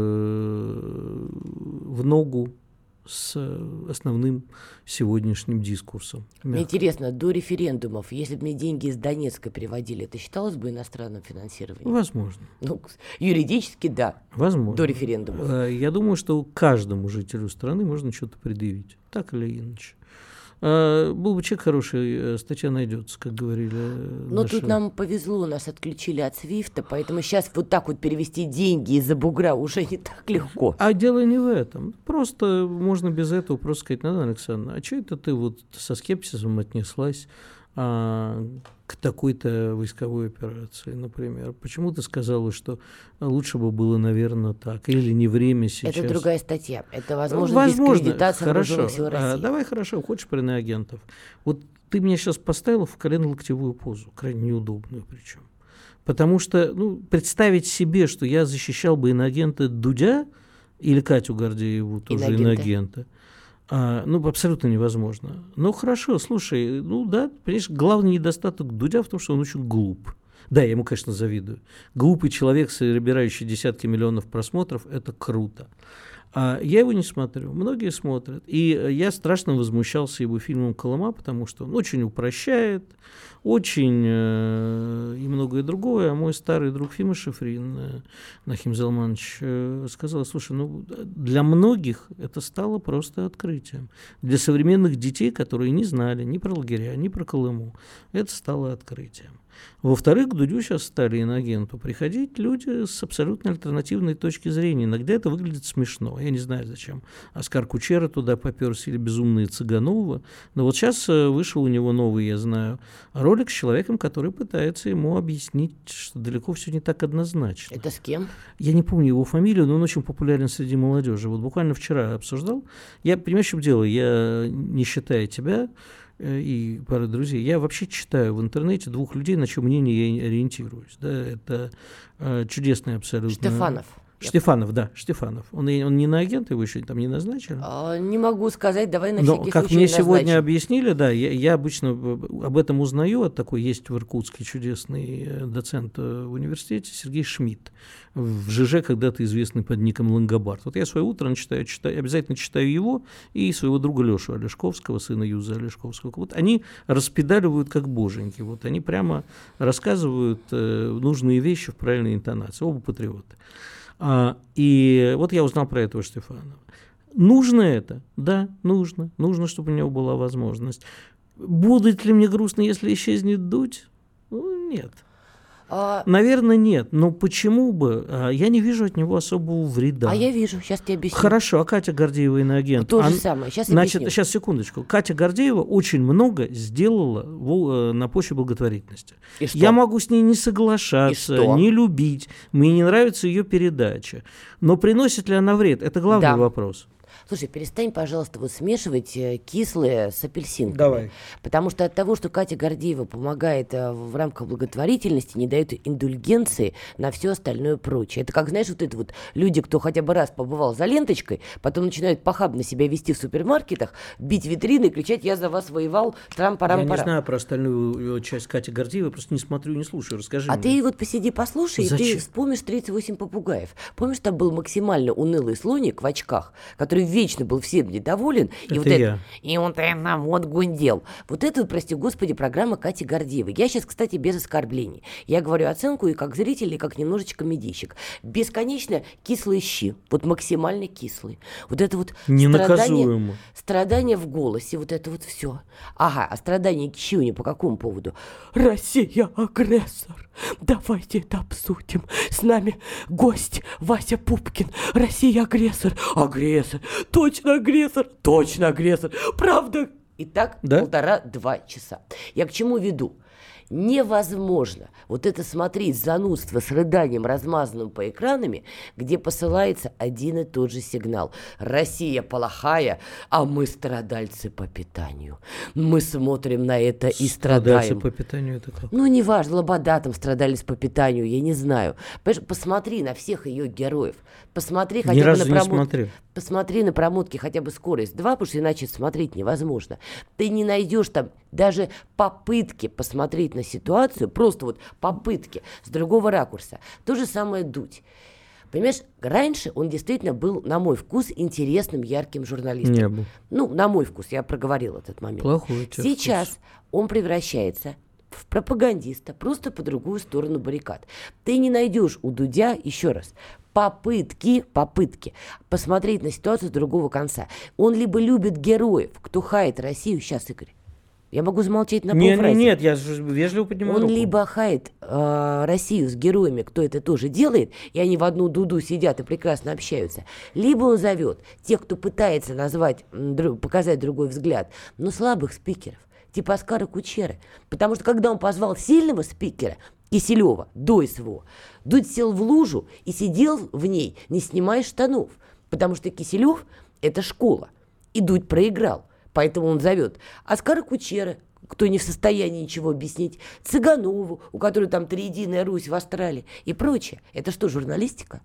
в ногу с основным сегодняшним дискурсом. Мне интересно, до референдумов, если бы мне деньги из Донецка переводили, это считалось бы иностранным финансированием? Возможно. Ну, юридически, да. Возможно. До референдума. Я думаю, что каждому жителю страны можно что-то предъявить, так или иначе. Был бы человек хороший, статья найдется, как говорили. Но наши... тут нам повезло, нас отключили от свифта, поэтому сейчас вот так вот перевести деньги из-за бугра уже не так легко. А дело не в этом. Просто можно без этого просто сказать: Надана Александровна, а что это ты вот со скепсисом отнеслась а, к такой-то войсковой операции, например? Почему ты сказала, что лучше бы было, наверное, так? Или не время сейчас? Это другая статья. Это, возможно, возможно. дискредитация вооруженных сил России. А, давай хорошо, хочешь про иноагентов? Вот ты меня сейчас поставила в колено-локтевую позу, крайне неудобную причем. Потому что ну, представить себе, что я защищал бы иноагента Дудя или Катю Гордееву, тоже Иноагента. иноагента, а, ну, абсолютно невозможно. Ну, хорошо, слушай, ну да, понимаешь, главный недостаток Дудя в том, что он очень глуп. Да, я ему, конечно, завидую. Глупый человек, собирающий десятки миллионов просмотров, это круто. А я его не смотрю, многие смотрят. И я страшно возмущался его фильмом «Колыма», потому что он очень упрощает, очень э, и многое другое. А мой старый друг Фима Шифрин, э, Нахим Залманович, э, сказал, слушай, ну для многих это стало просто открытием. Для современных детей, которые не знали ни про лагеря, ни про Колыму, это стало открытием. Во-вторых, к Дудю сейчас стали иноагенту приходить люди с абсолютно альтернативной точки зрения. Иногда это выглядит смешно. Я не знаю, зачем Оскар Кучера туда поперся или безумные Цыганова. Но вот сейчас вышел у него новый, я знаю, ролик с человеком, который пытается ему объяснить, что далеко все не так однозначно. Это с кем? Я не помню его фамилию, но он очень популярен среди молодежи. Вот буквально вчера обсуждал. Я понимаю, в чем дело. Я, не считая тебя и пары друзей, я вообще читаю в интернете двух людей, на чье мнение я ориентируюсь. Да, это э, чудесный абсолютно... Штефанов. Штефанов, да, Штефанов. Он, он не на агента, его еще там не назначили. А, не могу сказать, давай на Но, всякий как случай мне назначим. сегодня объяснили, да, я, я обычно об этом узнаю от такой, есть в Иркутске чудесный доцент в университете Сергей Шмидт, в ЖЖ когда-то известный под ником Лангобард. Вот я свое утро читаю, читаю, обязательно читаю его и своего друга Лешу Олешковского, сына Юза Олешковского. Вот они распедаливают как боженьки, вот они прямо рассказывают э, нужные вещи в правильной интонации, оба патриоты. А, и вот я узнал про этого Штефанова. Нужно это? Да, нужно. Нужно, чтобы у него была возможность. Будет ли мне грустно, если исчезнет Дудь? Ну, нет. А... Наверное, нет. Но почему бы? А, я не вижу от него особого вреда. А я вижу, сейчас тебе объясню. Хорошо, а Катя Гордеева иноагент? То же а, самое, сейчас значит, объясню. Сейчас, секундочку. Катя Гордеева очень много сделала в, на почве благотворительности. И что? Я могу с ней не соглашаться, не любить. Мне не нравится ее передача. Но приносит ли она вред? Это главный да. вопрос. Слушай, перестань, пожалуйста, вот смешивать кислые с апельсинками. Давай. Потому что от того, что Катя Гордеева помогает в рамках благотворительности, не дает индульгенции на все остальное прочее. Это как, знаешь, вот это вот люди, кто хотя бы раз побывал за ленточкой, потом начинают похабно себя вести в супермаркетах, бить витрины и кричать: «Я за вас воевал, трам-парам-парам». Я не знаю про остальную часть Кати Гордеевой, просто не смотрю, не слушаю. Расскажи А мне. ты вот посиди, послушай, Зачем? и ты вспомнишь тридцать восемь попугаев. Помнишь, там был максимально унылый слоник в очках, который вечно был всем недоволен. Это и вот я. Это, и вот это вот гундел. Вот это, прости господи, программа Кати Гордеевой. Я сейчас, кстати, без оскорблений. Я говорю оценку и как зритель, и как немножечко медийщик. Бесконечно кислые щи. Вот максимально кислые. Вот это вот страдание, страдание в голосе. Вот это вот все. Ага, а страдание щи у нее по какому поводу? Россия агрессор. Давайте это обсудим. С нами гость Вася Пупкин. Россия агрессор. Агрессор. Точно агрессор. Точно агрессор. Правда. И так да? полтора-два часа. Я к чему веду? Невозможно вот это смотреть занудство с рыданием, размазанным по экранами, где посылается один и тот же сигнал. Россия плохая, а мы страдальцы по питанию. Мы смотрим на это и страдаем. Страдальцы по питанию это как? Ну, неважно, Лобода там страдались по питанию, я не знаю. Понимаешь, посмотри на всех ее героев. Посмотри хотя Ни бы разу на не промот... смотрел. Посмотри на промотки хотя бы «Скорость два», потому что иначе смотреть невозможно. Ты не найдешь там даже попытки посмотреть на ситуацию, просто вот попытки с другого ракурса. То же самое Дудь. Понимаешь, раньше он действительно был, на мой вкус, интересным, ярким журналистом. Не был. Ну, на мой вкус, я проговорил этот момент. Плохой. Сейчас вкус. Он превращается в пропагандиста, просто по другую сторону баррикад. Ты не найдешь у Дудя, еще раз, попытки, попытки посмотреть на ситуацию с другого конца. Он либо любит героев, кто хает Россию, сейчас, Игорь, я могу замолчать на полфразе. Нет, нет, я вежливо поднимаю Он руку. либо хает э, Россию с героями, кто это тоже делает, и они в одну дуду сидят и прекрасно общаются, либо он зовет тех, кто пытается назвать, показать другой взгляд, но слабых спикеров, типа Оскара Кучеры. Потому что когда он позвал сильного спикера, Киселева, до СВО, Дудь сел в лужу и сидел в ней, не снимая штанов. Потому что Киселев – это школа. И Дудь проиграл. поэтому он зовет Оскара Кучера, кто не в состоянии ничего объяснить, Цыганову, у которой там триединая Русь в Австралии и прочее. Это что, журналистика?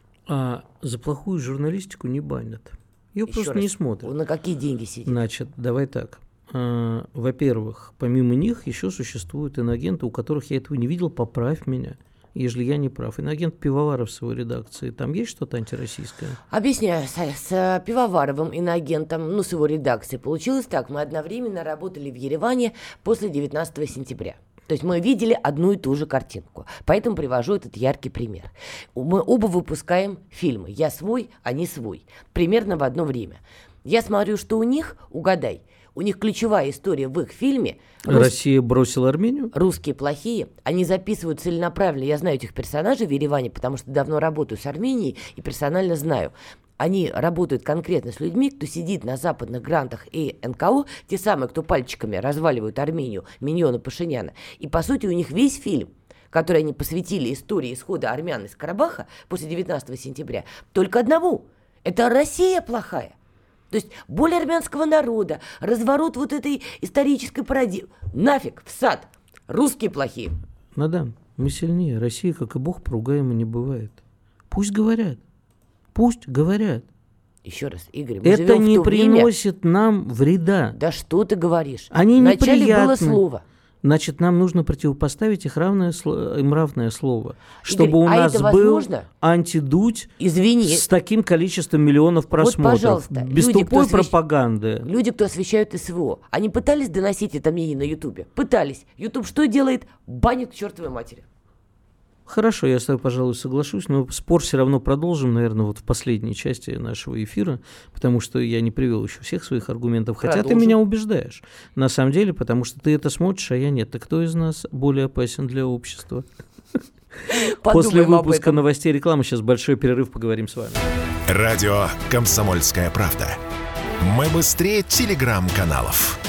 А за плохую журналистику не банят. Ее Еще просто раз, не смотрят. на какие деньги сидит? Значит, давай так. А, во-первых, помимо них еще существуют иноагенты, у которых я этого не видел, поправь меня, если я не прав. Иноагент Пивоваров с его редакции. Там есть что-то антироссийское? Объясняю, с, с Пивоваровым иноагентом, ну, с его редакцией. Получилось так, мы одновременно работали в Ереване после девятнадцатого сентября. То есть мы видели одну и ту же картинку. Поэтому привожу этот яркий пример. Мы оба выпускаем фильмы. Я свой, они свой. Примерно в одно время. Я смотрю, что у них, угадай, у них ключевая история в их фильме. Рус... Россия бросила Армению? Русские плохие. Они записывают целенаправленно. Я знаю этих персонажей в Ереване, потому что давно работаю с Арменией и персонально знаю. Они работают конкретно с людьми, кто сидит на западных грантах и эн ка о, те самые, кто пальчиками разваливают Армению, миньоны Пашиняна. И, по сути, у них весь фильм, который они посвятили истории исхода армян из Карабаха после девятнадцатого сентября, только одному. Это Россия плохая. То есть боль армянского народа, разворот вот этой исторической парадигмы. Нафиг, в сад. Русские плохие. Мадам, мы сильнее. Россия, как и Бог, поругаема не бывает. Пусть говорят. Пусть говорят. Еще раз, Игорь, мы это живем не в то приносит время... нам вреда. Да что ты говоришь? Они Вначале неприятны. было слово. Значит, нам нужно противопоставить их равное, им равное слово, чтобы Игорь, у а нас это был возможно? антидуть Извини. с таким количеством миллионов просмотров. Вот, пожалуйста, без люди, тупой кто освещ... пропаганды. Люди, кто освещают эс вэ о, они пытались доносить это мнение на Ютубе? Пытались. Ютуб что делает? Банит к чертовой матери. Хорошо, я с тобой, пожалуй, соглашусь, но спор все равно продолжим, наверное, вот в последней части нашего эфира, потому что я не привел еще всех своих аргументов, хотя Продолжим. Ты меня убеждаешь, на самом деле, потому что ты это смотришь, а я нет. Так кто из нас более опасен для общества? После выпуска новостей и рекламы сейчас большой перерыв, поговорим с вами. Радио «Комсомольская правда». Мы быстрее телеграм-каналов.